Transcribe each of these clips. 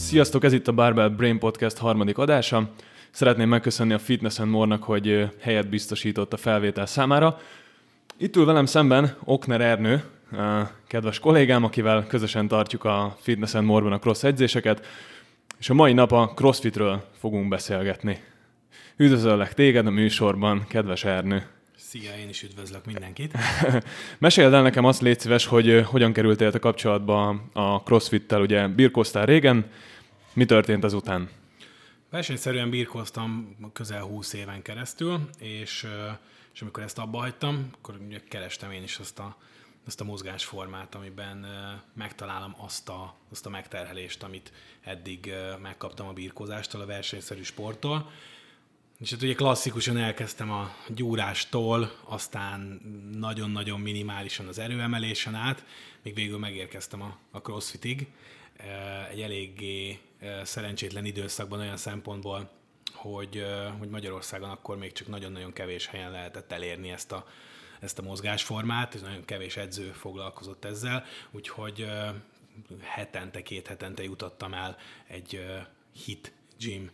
Sziasztok, ez itt a Barbell Brain Podcast harmadik adása. Szeretném megköszönni a Fitness & More-nak, hogy helyet biztosított a felvétel számára. Itt ül velem szemben Okner Ernő, kedves kollégám, akivel közösen tartjuk a Fitness & More-ban a cross edzéseket, és a mai nap a CrossFitről fogunk beszélgetni. Üdvözöllek téged a műsorban, kedves Ernő. Szia, én is üdvözlök mindenkit. Meséld el nekem azt, légy szíves, hogy hogyan kerültél a kapcsolatba a CrossFit-tel, ugye birkóztál régen, mi történt azután? Versenyszerűen birkóztam közel 20 éven keresztül, és amikor ezt abba hagytam, akkor ugye kerestem én is azt a mozgásformát, amiben megtalálom azt a megterhelést, amit eddig megkaptam a birkózástól, a versenyszerű sporttól. És hát ugye klasszikusan elkezdtem a gyúrástól, aztán nagyon-nagyon minimálisan az erőemelésen át, még végül megérkeztem a CrossFitig. Egy eléggé szerencsétlen időszakban olyan szempontból, hogy Magyarországon akkor még csak nagyon-nagyon kevés helyen lehetett elérni ezt a mozgásformát, és nagyon kevés edző foglalkozott ezzel, úgyhogy két hetente jutottam el egy HIIT Gym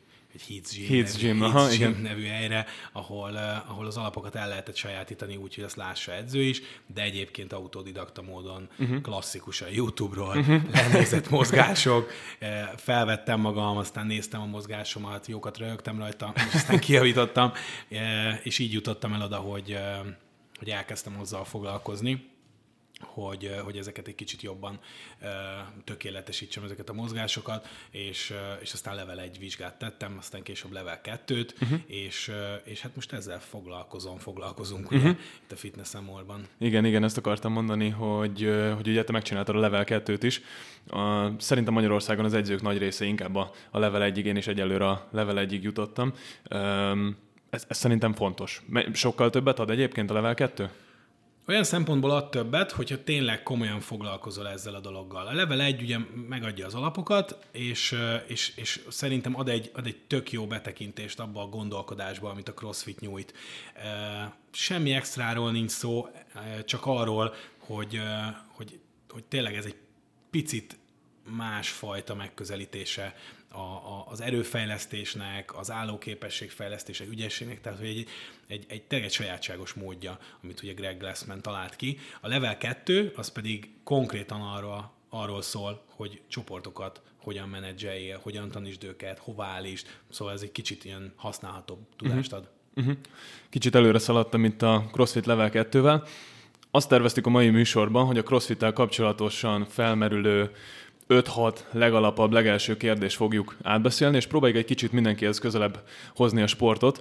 nevű helyre, ahol az alapokat el lehetett sajátítani úgy, hogy azt lássa edző is, de egyébként autodidakta módon klasszikusan YouTube-ról lenézett mozgások, felvettem magam, aztán néztem a mozgásomat, jókat röhögtem rajta, és aztán kijavítottam, és így jutottam el oda, hogy elkezdtem azzal foglalkozni, hogy ezeket egy kicsit jobban tökéletesítsem ezeket a mozgásokat, és aztán level 1 vizsgát tettem, aztán később level 2-t, és hát most ezzel foglalkozunk ugye, itt a Fitness & More-ban. Igen, ezt akartam mondani, hogy ugye te megcsináltad a level 2-t is. Szerintem Magyarországon az edzők nagy része inkább a level 1-ig, én is egyelőre a level 1-ig jutottam. Ez szerintem fontos. Sokkal többet ad egyébként a level 2? Olyan szempontból ad többet, hogyha tényleg komolyan foglalkozol ezzel a dologgal. A level 1 ugye megadja az alapokat, és szerintem ad egy tök jó betekintést abba a gondolkodásba, amit a CrossFit nyújt. Semmi extráról nincs szó, csak arról, hogy tényleg ez egy picit másfajta megközelítése az erőfejlesztésnek, az állóképességfejlesztése, ügyességnek, tehát hogy egy sajátságos módja, amit ugye Greg Glassman talált ki. A level 2 az pedig konkrétan arról szól, hogy csoportokat hogyan menedzseljél, hogyan tanítsd őket, hová állítsd, szóval ez egy kicsit ilyen használhatóbb tudást ad. Kicsit előre szaladtam itt a CrossFit level 2-vel. Azt terveztük a mai műsorban, hogy a CrossFit-tel kapcsolatosan felmerülő 5-6 legalapabb, legelső kérdést fogjuk átbeszélni, és próbáljuk egy kicsit mindenkihez közelebb hozni a sportot.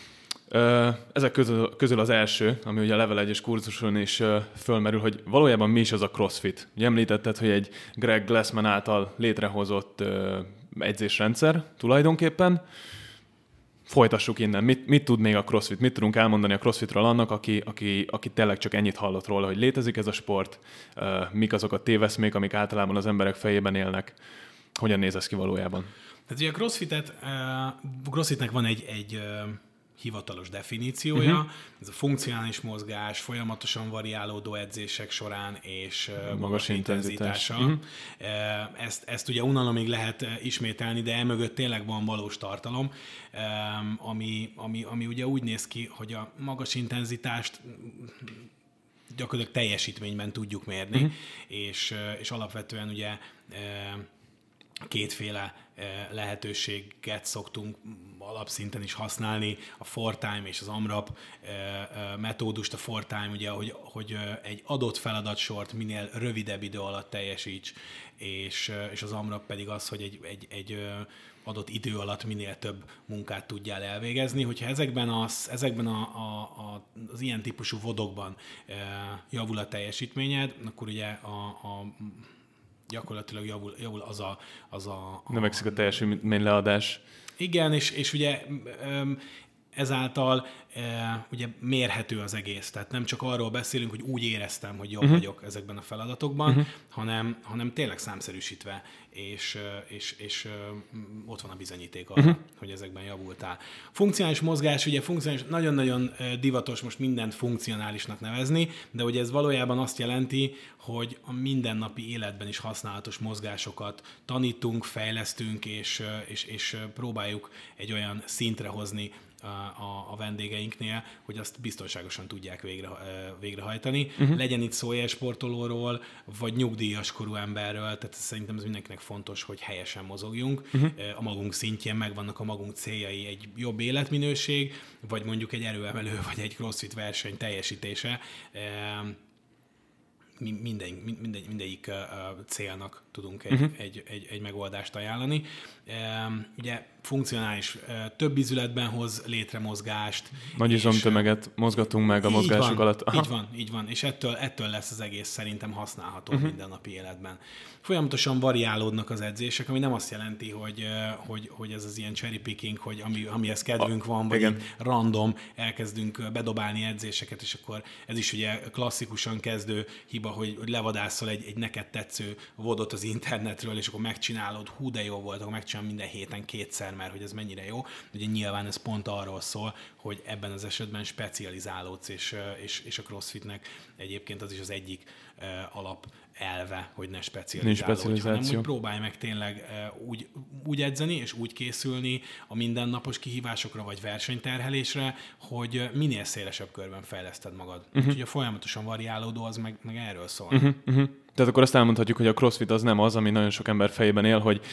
Ezek közül az első, ami ugye a level 1-es kurzuson is fölmerül, hogy valójában mi is az a CrossFit. Ugye említetted, hogy egy Greg Glassman által létrehozott edzésrendszer tulajdonképpen. Folytassuk innen. Mit tud még a CrossFit? Mit tudunk elmondani a CrossFitről annak, aki tényleg csak ennyit hallott róla, hogy létezik ez a sport, mik azok a téveszmék, amik általában az emberek fejében élnek, hogyan néz ez ki valójában? Tehát ugye a CrossFitnek van egy hivatalos definíciója, ez a funkcionális mozgás, folyamatosan variálódó edzések során és magas intenzitással. Ezt ugye unalomig lehet ismételni, de emögött tényleg van valós tartalom, ami ugye úgy néz ki, hogy a magas intenzitást gyakorlatilag teljesítményben tudjuk mérni, és alapvetően ugye kétféle lehetőséget szoktunk alapszinten is használni, a ForeTime és az AMRAP metódust. A ForeTime ugye, hogy egy adott feladatsort minél rövidebb idő alatt teljesíts, és az AMRAP pedig az, hogy egy adott idő alatt minél több munkát tudjál elvégezni. Hogyha ezekben az ilyen típusú vodokban javul a teljesítményed, akkor ugye gyakorlatilag javul az a növekszik a teljesítmény leadás. Igen, és ugye ezáltal ugye mérhető az egész. Tehát nem csak arról beszélünk, hogy úgy éreztem, hogy jobb vagyok ezekben a feladatokban, hanem tényleg számszerűsítve, és ott van a bizonyíték arra, hogy ezekben javultál. Funkcionális mozgás, ugye nagyon-nagyon divatos most mindent funkcionálisnak nevezni, de ugye ez valójában azt jelenti, hogy a mindennapi életben is használatos mozgásokat tanítunk, fejlesztünk, és próbáljuk egy olyan szintre hozni a vendégeinknél, hogy azt biztonságosan tudják végrehajtani. Legyen itt szó élsportolóról, vagy nyugdíjas korú emberről, tehát szerintem ez mindenkinek fontos, hogy helyesen mozogjunk. A magunk szintjén megvannak a magunk céljai, egy jobb életminőség, vagy mondjuk egy erőemelő, vagy egy crossfit verseny teljesítése. Mindegyik célnak tudunk egy megoldást ajánlani. Ugye funkcionális, több izületben hoz létre mozgást. Nagy izomtömeget mozgatunk meg a mozgások alatt. Aha. Így van, és ettől lesz az egész szerintem használható mindennapi életben. Folyamatosan variálódnak az edzések, ami nem azt jelenti, hogy ez az ilyen cherry picking, hogy amihez kedvünk van, vagy random elkezdünk bedobálni edzéseket, és akkor ez is ugye klasszikusan kezdő hiba, hogy levadászol egy neked tetsző vodot az internetről, és akkor megcsinálod, hú de jó volt, akkor megcsinálom minden héten kétszer, mert hogy ez mennyire jó. Ugye nyilván ez pont arról szól, hogy ebben az esetben specializálódsz, és a CrossFitnek egyébként az is az egyik alap elve, hogy ne specializálódj, hanem hogy próbálj meg tényleg úgy edzeni, és úgy készülni a mindennapos kihívásokra, vagy versenyterhelésre, hogy minél szélesebb körben fejleszted magad. Úgyhogy a folyamatosan variálódó az meg erről szól. Tehát akkor azt elmondhatjuk, hogy a CrossFit az nem az, ami nagyon sok ember fejében él, hogy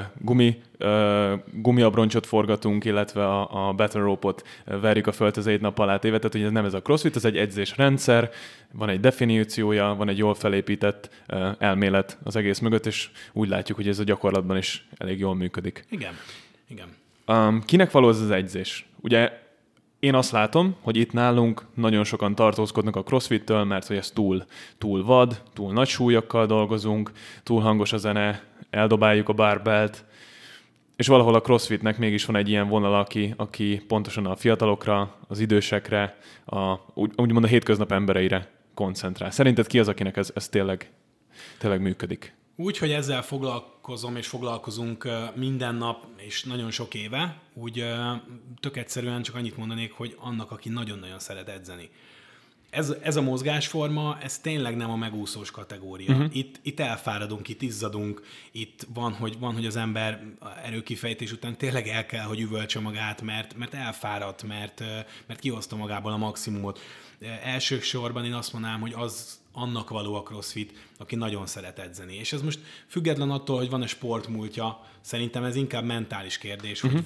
gumiabroncsot forgatunk, illetve a battle rope-ot verjük a földhöz egy nap alá téve. Tehát ugye ez nem ez a CrossFit, ez egy edzésrendszer, van egy definíciója, van egy jól felépített elmélet az egész mögött, és úgy látjuk, hogy ez a gyakorlatban is elég jól működik. Igen. Kinek való ez az edzés? Ugye én azt látom, hogy itt nálunk nagyon sokan tartózkodnak a CrossFit-től, mert hogy ez túl vad, túl nagy súlyokkal dolgozunk, túl hangos a zene, eldobáljuk a barbelt, és valahol a CrossFitnek mégis van egy ilyen vonal, aki pontosan a fiatalokra, az idősekre, úgymond a hétköznap embereire koncentrál. Szerinted ki az, akinek ez tényleg működik? Úgy, hogy ezzel foglalkozom és foglalkozunk minden nap és nagyon sok éve, úgy tök egyszerűen csak annyit mondanék, hogy annak, aki nagyon-nagyon szeret edzeni. Ez a mozgásforma, ez tényleg nem a megúszós kategória. Itt elfáradunk, itt izzadunk, itt van, hogy az ember erőkifejtés után tényleg el kell, hogy üvöltse magát, mert elfáradt, mert kihozta magából a maximumot. Elsősorban én azt mondanám, hogy annak való a CrossFit, aki nagyon szeret edzeni. És ez most független attól, hogy van-e sportmúltja, szerintem ez inkább mentális kérdés, hogy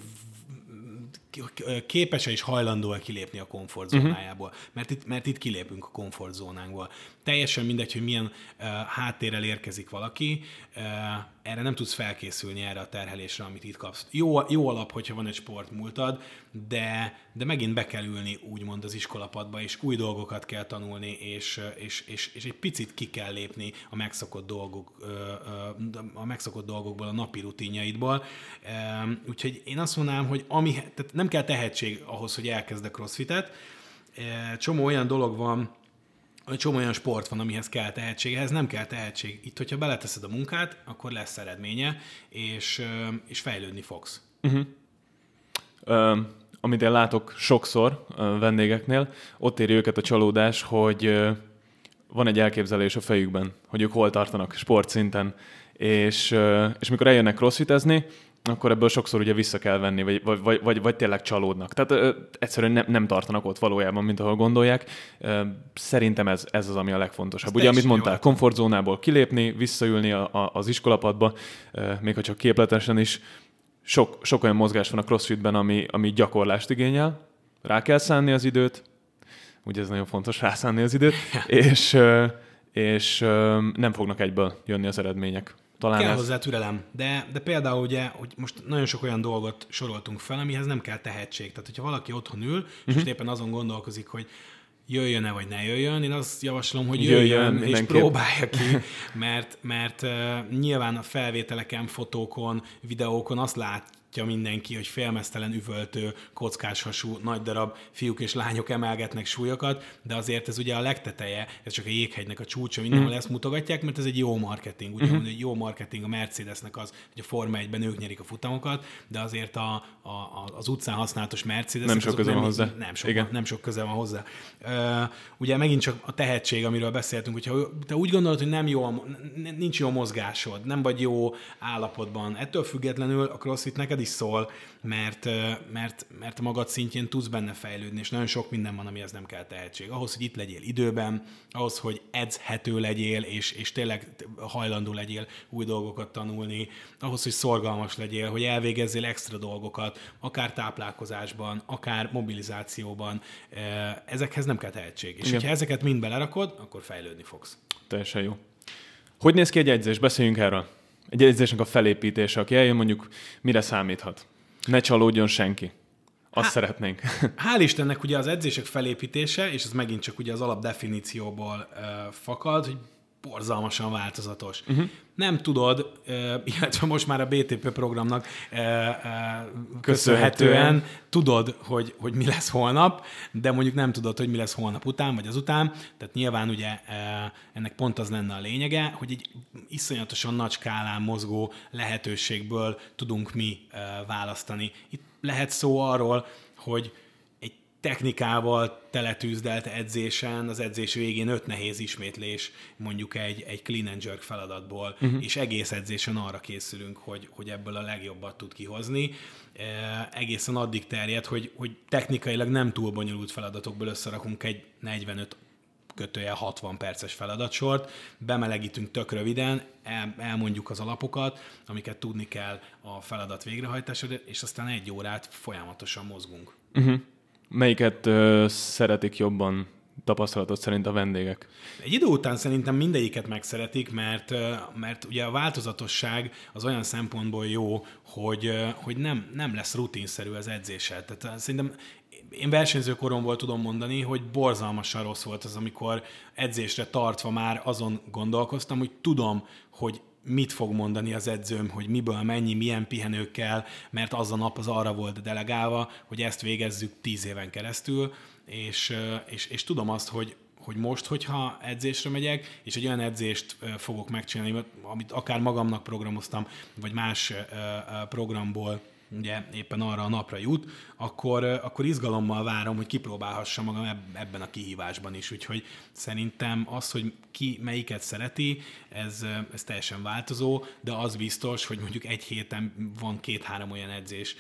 képes-e és hajlandó-e kilépni a komfortzónájából. Mert itt kilépünk a komfortzónánkból. Teljesen mindegy, hogy milyen háttérrel érkezik valaki, erre nem tudsz felkészülni erre a terhelésre, amit itt kapsz. Jó alap, hogyha van egy sportmúltad, de megint be kell ülni úgymond az iskolapadba, és új dolgokat kell tanulni, és egy picit ki kell lépni a megszokott dolgokból, a napi rutinjaidból. Úgyhogy én azt mondanám, hogy tehát nem kell tehetség ahhoz, hogy elkezd a CrossFitet. Csomó olyan dolog van, csomó olyan sport van, amihez kell tehetség, ehhez nem kell tehetség. Itt, hogyha beleteszed a munkát, akkor lesz eredménye, és fejlődni fogsz. Amit én látok sokszor vendégeknél, ott éri őket a csalódás, hogy van egy elképzelés a fejükben, hogy ők hol tartanak sportszinten, és mikor eljönnek crossfitezni, akkor ebből sokszor ugye vissza kell venni, vagy tényleg csalódnak. Tehát egyszerűen nem tartanak ott valójában, mint ahol gondolják. Szerintem ez az, ami a legfontosabb. Ugye, amit mondtál, komfortzónából kilépni, visszaülni az iskolapadba, még ha csak képletesen is. Sok olyan mozgás van a CrossFitben, ami gyakorlást igényel. Rá kell szánni az időt, ugye ez nagyon fontos, rászánni az időt, és nem fognak egyből jönni az eredmények. Kell hozzá türelem, de például ugye, hogy most nagyon sok olyan dolgot soroltunk fel, amihez nem kell tehetség. Tehát, hogyha valaki otthon ül, és most éppen azon gondolkozik, hogy jöjjön-e vagy ne jöjjön, én azt javaslom, hogy jöjjön és próbálja ki, mert nyilván a felvételeken, fotókon, videókon azt mindenki, hogy félmeztelen üvöltő, kockáshasú, nagy darab fiúk és lányok emelgetnek súlyokat, de azért ez ugye a legteteje, ez csak a jéghegynek a csúcsa, mindenhol ezt mutogatják, mert ez egy jó marketing. Ugye mondja, hogy jó marketing a Mercedesnek az, hogy a Forma 1-ben ők nyerik a futamokat, de azért az utcán használatos Mercedes nem sok köze van hozzá. Nem sok köze van hozzá. Ugye megint csak a tehetség, amiről beszéltünk, hogyha te úgy gondolod, hogy nincs jó mozgásod, nem vagy jó állapotban, ettől függetlenül a CrossFit neked is szól, mert magad szintjén tudsz benne fejlődni, és nagyon sok minden van, amihez nem kell tehetség. Ahhoz, hogy itt legyél időben, ahhoz, hogy edzhető legyél, és tényleg hajlandó legyél új dolgokat tanulni, ahhoz, hogy szorgalmas legyél, hogy elvégezzél extra dolgokat, akár táplálkozásban, akár mobilizációban. Ezekhez nem kell tehetség. És hogyha ezeket mind belerakod, akkor fejlődni fogsz. Teljesen jó. Hogy néz ki egy edzés? Beszéljünk erről. Egy edzésnek a felépítése, aki eljön, mondjuk mire számíthat? Ne csalódjon senki. Azt szeretnénk. Hál' Istennek ugye az edzések felépítése, és ez megint csak ugye az alapdefinícióból fakad, hogy borzalmasan változatos. Nem tudod, illetve most már a BTP programnak köszönhetően tudod, hogy mi lesz holnap, de mondjuk nem tudod, hogy mi lesz holnap után, vagy azután. Tehát nyilván ugye ennek pont az lenne a lényege, hogy egy iszonyatosan nagy skálán mozgó lehetőségből tudunk mi választani. Itt lehet szó arról, hogy technikával teletűzdelt edzésen, az edzés végén 5 nehéz ismétlés, mondjuk egy clean and jerk feladatból, és egész edzésen arra készülünk, hogy ebből a legjobbat tud kihozni. Egészen addig terjed, hogy technikailag nem túl bonyolult feladatokból összerakunk egy 45-60 perces feladatsort, bemelegítünk tök röviden, elmondjuk az alapokat, amiket tudni kell a feladat végrehajtásra, és aztán 1 órát folyamatosan mozgunk. Melyiket szeretik jobban tapasztalatot szerint a vendégek? Egy idő után szerintem mindegyiket megszeretik, mert ugye a változatosság az olyan szempontból jó, hogy nem lesz rutinszerű az edzéssel. Tehát szerintem én versenyzőkoromból tudom mondani, hogy borzalmasan rossz volt az, amikor edzésre tartva már azon gondolkoztam, hogy tudom, hogy mit fog mondani az edzőm, hogy miből mennyi, milyen pihenőkkel, mert az a nap az arra volt delegálva, hogy ezt végezzük 10 éven keresztül, és tudom azt, hogy most, hogyha edzésre megyek, és egy olyan edzést fogok megcsinálni, amit akár magamnak programoztam, vagy más programból ugye éppen arra a napra jut, akkor izgalommal várom, hogy kipróbálhassam magam ebben a kihívásban is. Úgyhogy szerintem az, hogy ki melyiket szereti, ez teljesen változó, de az biztos, hogy mondjuk egy héten van 2-3 olyan edzés,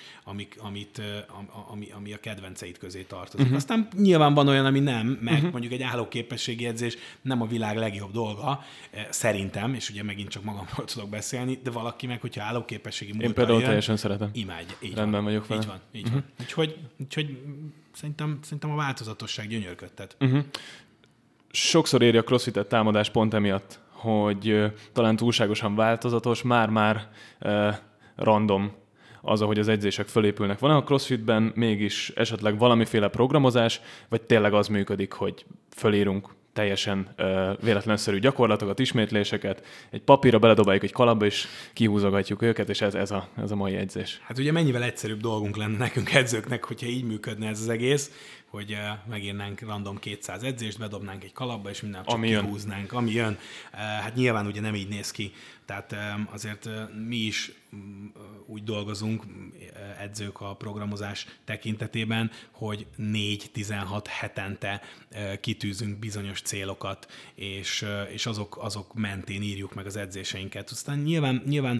ami a kedvenceid közé tartozik. Aztán nyilván van olyan, ami nem, meg mondjuk egy állóképességi edzés nem a világ legjobb dolga, szerintem, és ugye megint csak magamról tudok beszélni, de valaki meg, hogyha állóképességi múltal én például teljesen szeretem. Imádja. Rendben vagyok vele. Így van. Úgyhogy szerintem a változatosság gyönyörködtet. Sokszor éri a CrossFit-et támadás pont emiatt, hogy talán túlságosan változatos, már random az, ahogy az edzések fölépülnek. Van a CrossFitben mégis esetleg valamiféle programozás, vagy tényleg az működik, hogy fölírunk teljesen véletlenszerű gyakorlatokat, ismétléseket, egy papírra beledobáljuk egy kalapba, és kihúzogatjuk őket, és ez a mai edzés. Hát ugye mennyivel egyszerűbb dolgunk lenne nekünk edzőknek, hogyha így működne ez az egész, hogy megírnánk random 200 edzést, bedobnánk egy kalapba, és mindent csak kihúznánk, ami jön. Hát nyilván ugye nem így néz ki. Tehát azért mi is úgy dolgozunk, edzők a programozás tekintetében, hogy 4-16 hetente kitűzünk bizonyos célokat, és azok mentén írjuk meg az edzéseinket. Aztán nyilván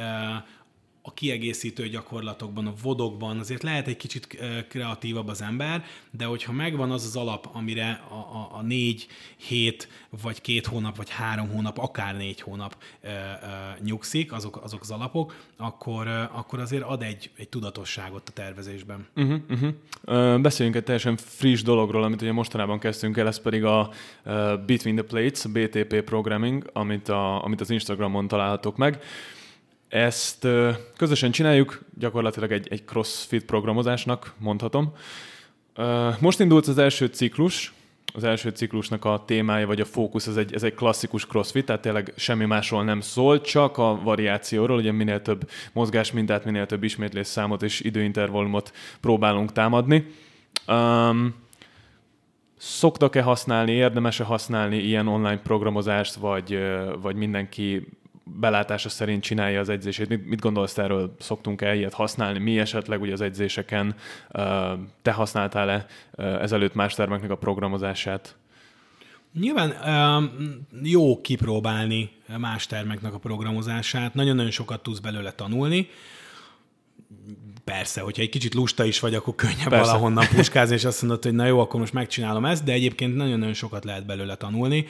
a kiegészítő gyakorlatokban, a vodokban azért lehet egy kicsit kreatívabb az ember, de hogyha megvan az az alap, amire a 4 hét, vagy 2 hónap, vagy 3 hónap, akár 4 hónap nyugszik, azok az alapok, akkor azért ad egy tudatosságot a tervezésben. Beszéljünk egy teljesen friss dologról, amit ugye mostanában kezdtünk el, ez pedig a Between the Plates, BTP Programming, amit az Instagramon találhatok meg. Ezt közösen csináljuk, gyakorlatilag egy CrossFit programozásnak mondhatom. Most indult az első ciklus, az első ciklusnak a témája, vagy a fókusz, ez egy klasszikus crossfit, tehát tényleg semmi másról nem szól, csak a variációról, ugye minél több mozgásmintát, minél több ismétlésszámot és időintervallumot próbálunk támadni. Szoktak-e használni, érdemes-e használni ilyen online programozást, vagy mindenki belátása szerint csinálja az edzését? Mit gondolsz erről? Szoktunk-e ilyet használni? Mi esetleg ugye az edzéseken? Te használtál-e ezelőtt más termeknek a programozását? Nyilván jó kipróbálni más termeknek a programozását. Nagyon-nagyon sokat tudsz belőle tanulni. Persze, hogyha egy kicsit lusta is vagy, akkor könnyebb valahonnan puskázni, és azt mondod, hogy na jó, akkor most megcsinálom ezt, de egyébként nagyon-nagyon sokat lehet belőle tanulni.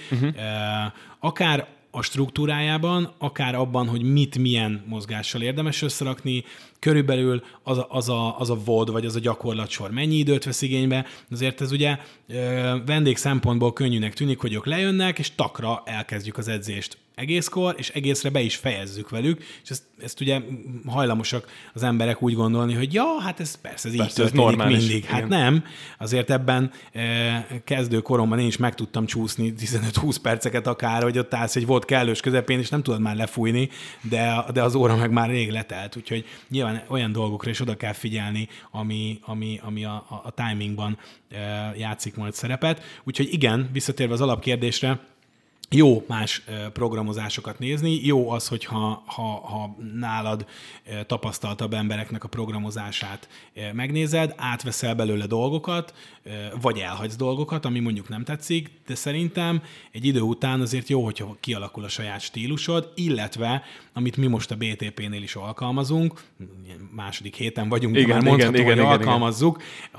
Akár a struktúrájában, akár abban, hogy milyen mozgással érdemes összerakni, körülbelül az a VOD, vagy az a gyakorlatsor mennyi időt vesz igénybe. Azért ez ugye vendég szempontból könnyűnek tűnik, hogy ők lejönnek, és takra elkezdjük az edzést egészkor, és egészre be is fejezzük velük, és ezt ugye hajlamosak az emberek úgy gondolni, hogy ja, hát ez persze, így történik mindig. Hát igen. Nem, azért ebben kezdő koromban én is meg tudtam csúszni 15-20 perceket akár, hogy ott állsz egy volt kellős közepén, és nem tudod már lefújni, de az óra meg már rég letelt, úgyhogy nyilván olyan dolgokra is oda kell figyelni, ami a timingban játszik majd szerepet. Úgyhogy igen, visszatérve az alapkérdésre, jó más programozásokat nézni, jó az, hogyha nálad tapasztaltabb embereknek a programozását megnézed, átveszel belőle dolgokat, vagy elhagysz dolgokat, ami mondjuk nem tetszik, de szerintem egy idő után azért jó, hogyha kialakul a saját stílusod, illetve, amit mi most a BTP-nél is alkalmazunk, második héten vagyunk, igen, már mondható, hogy alkalmazzuk,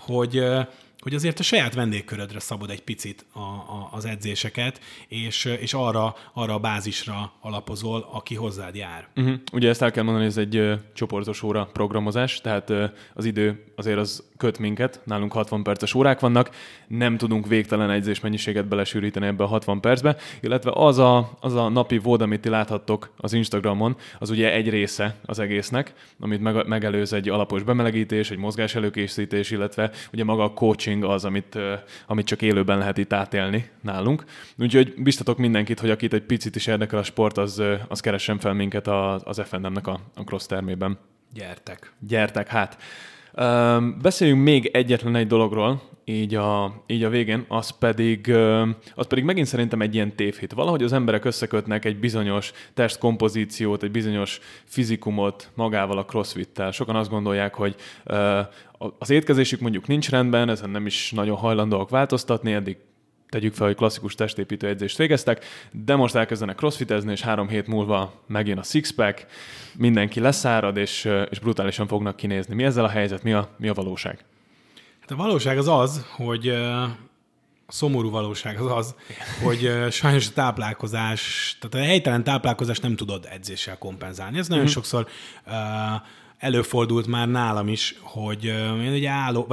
hogy azért a saját vendégkörödre szabod egy picit az edzéseket, és arra a bázisra alapozol, aki hozzád jár. Ugye ezt el kell mondani, hogy ez egy csoportos óra programozás, tehát az idő azért az köt minket, nálunk 60 perces órák vannak, nem tudunk végtelen edzésmennyiséget belesűríteni ebbe a 60 percbe, illetve az a napi VOD, amit ti láthattok az Instagramon, az ugye egy része az egésznek, amit megelőz egy alapos bemelegítés, egy mozgás előkészítés, illetve ugye maga a coaching az, amit csak élőben lehet itt átélni nálunk. Úgyhogy biztatok mindenkit, hogy akit egy picit is érdekel a sport, az keressen fel minket az FNM-nek a Cross termében. Gyertek, hát. Beszéljünk még egyetlen egy dologról, így a végén, az pedig megint szerintem egy ilyen tévhit. Valahogy az emberek összekötnek egy bizonyos testkompozíciót, egy bizonyos fizikumot magával a crossfittel. Sokan azt gondolják, hogy az étkezésük mondjuk nincs rendben, ezen nem is nagyon hajlandóak változtatni, eddig tegyük fel, hogy klasszikus testépítő edzést végeztek, de most elkezdenek crossfitezni, és 3 hét múlva megjön a sixpack, mindenki leszárad, és brutálisan fognak kinézni. Mi ezzel a helyzet? Mi a valóság? Hát a valóság az, hogy a szomorú valóság az, hogy sajnos a táplálkozás, tehát a helytelen táplálkozást nem tudod edzéssel kompenzálni. Ez nagyon sokszor előfordult már nálam is, hogy én ugye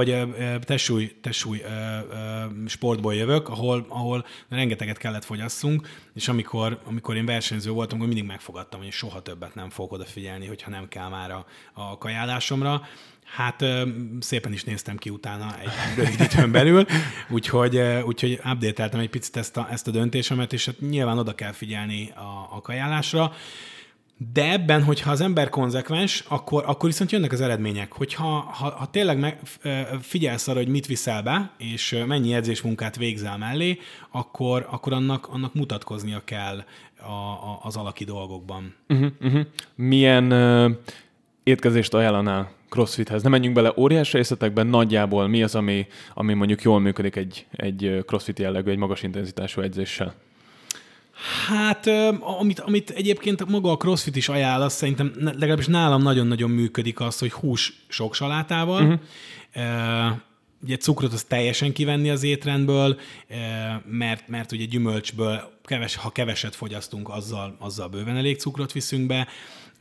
testsúly sportból jövök, ahol rengeteget kellett fogyasszunk, és amikor én versenyző voltam, akkor mindig megfogadtam, hogy soha többet nem fogok odafigyelni, hogyha nem kell már a kajálásomra. Hát szépen is néztem ki utána egy rövid időn belül, úgyhogy update-eltem egy picit ezt a döntésemet, és hát nyilván oda kell figyelni a kajálásra. De ebben, hogyha az ember konzekvens, akkor viszont jönnek az eredmények. Hogyha tényleg figyelsz arra, hogy mit viszel be, és mennyi edzésmunkát végzel mellé, akkor annak mutatkoznia kell az alaki dolgokban. Milyen étkezést ajánlanál crossfithez? Nem menjünk bele óriás részletekben, nagyjából mi az, ami mondjuk jól működik egy crossfit jellegű, egy magas intenzitású edzéssel? Hát, amit egyébként maga a CrossFit is ajánl, azt szerintem legalábbis nálam nagyon-nagyon működik az, hogy hús sok salátával. Ugye cukrot azt teljesen kivenni az étrendből, mert ugye gyümölcsből, ha keveset fogyasztunk, azzal bőven elég cukrot viszünk be.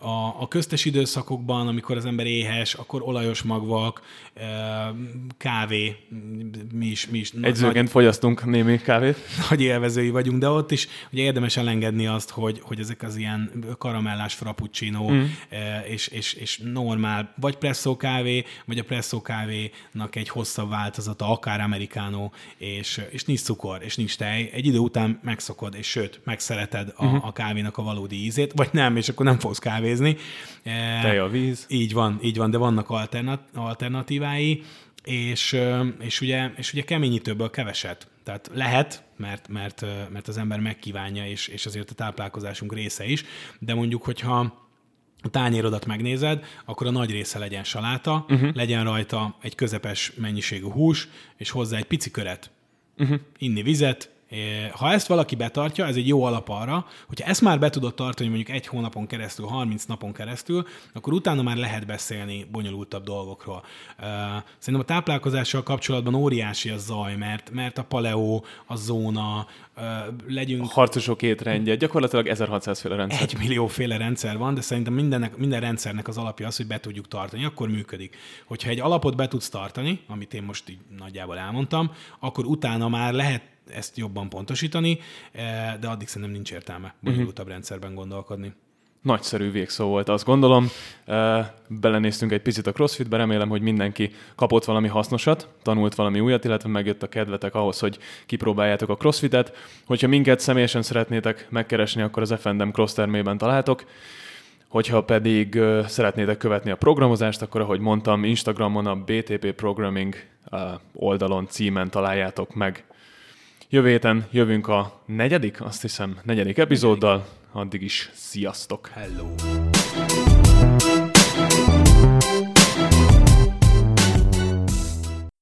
a köztes időszakokban, amikor az ember éhes, akkor olajos magvak, kávé, mi is Egyzőként fogyasztunk némi kávét. nagy élvezői vagyunk, de ott is ugye érdemes elengedni azt, hogy ezek az ilyen karamellás frappuccino, és normál, vagy presszó kávé, vagy a presszó kávénak egy hosszabb változata, akár americano, és nincs cukor, és nincs tej. Egy idő után megszokod, és sőt, megszereted a kávénak a valódi ízét, vagy nem, és akkor nem fogsz kávézni. Tej a víz. Így van, de vannak alternatívái, és ugye keményítőből keveset. Tehát lehet, mert az ember megkívánja, és azért a táplálkozásunk része is, de mondjuk, hogyha a tányérodat megnézed, akkor a nagy része legyen saláta, legyen rajta egy közepes mennyiségű hús, és hozzá egy pici köret. Inni vizet. Ha ezt valaki betartja, ez egy jó alap arra, hogyha ezt már be tudod tartani mondjuk 1 hónapon keresztül, 30 napon keresztül, akkor utána már lehet beszélni bonyolultabb dolgokról. Szerintem a táplálkozással kapcsolatban óriási a zaj, mert a paleo, a zóna, legyünk... Harcosok étrendje, gyakorlatilag 1600 féle rendszer. 1 millió féle rendszer van, de szerintem minden rendszernek az alapja az, hogy be tudjuk tartani, akkor működik. Hogyha egy alapot be tudsz tartani, amit én most így nagyjából elmondtam, akkor utána már lehet ezt jobban pontosítani, de addig szerintem nincs értelme bonyolultabb rendszerben gondolkodni. Nagyszerű végszó volt, azt gondolom. Belenéztünk egy picit a CrossFitbe, remélem, hogy mindenki kapott valami hasznosat, tanult valami újat, illetve megjött a kedvetek ahhoz, hogy kipróbáljátok a CrossFitet. Hogyha minket személyesen szeretnétek megkeresni, akkor az F&M Cross termében találtok. Hogyha pedig szeretnétek követni a programozást, akkor ahogy mondtam, Instagramon a BTP Programming oldalon, címen találjátok meg. Jövő héten jövünk a negyedik epizóddal. Addig is sziasztok! Hello!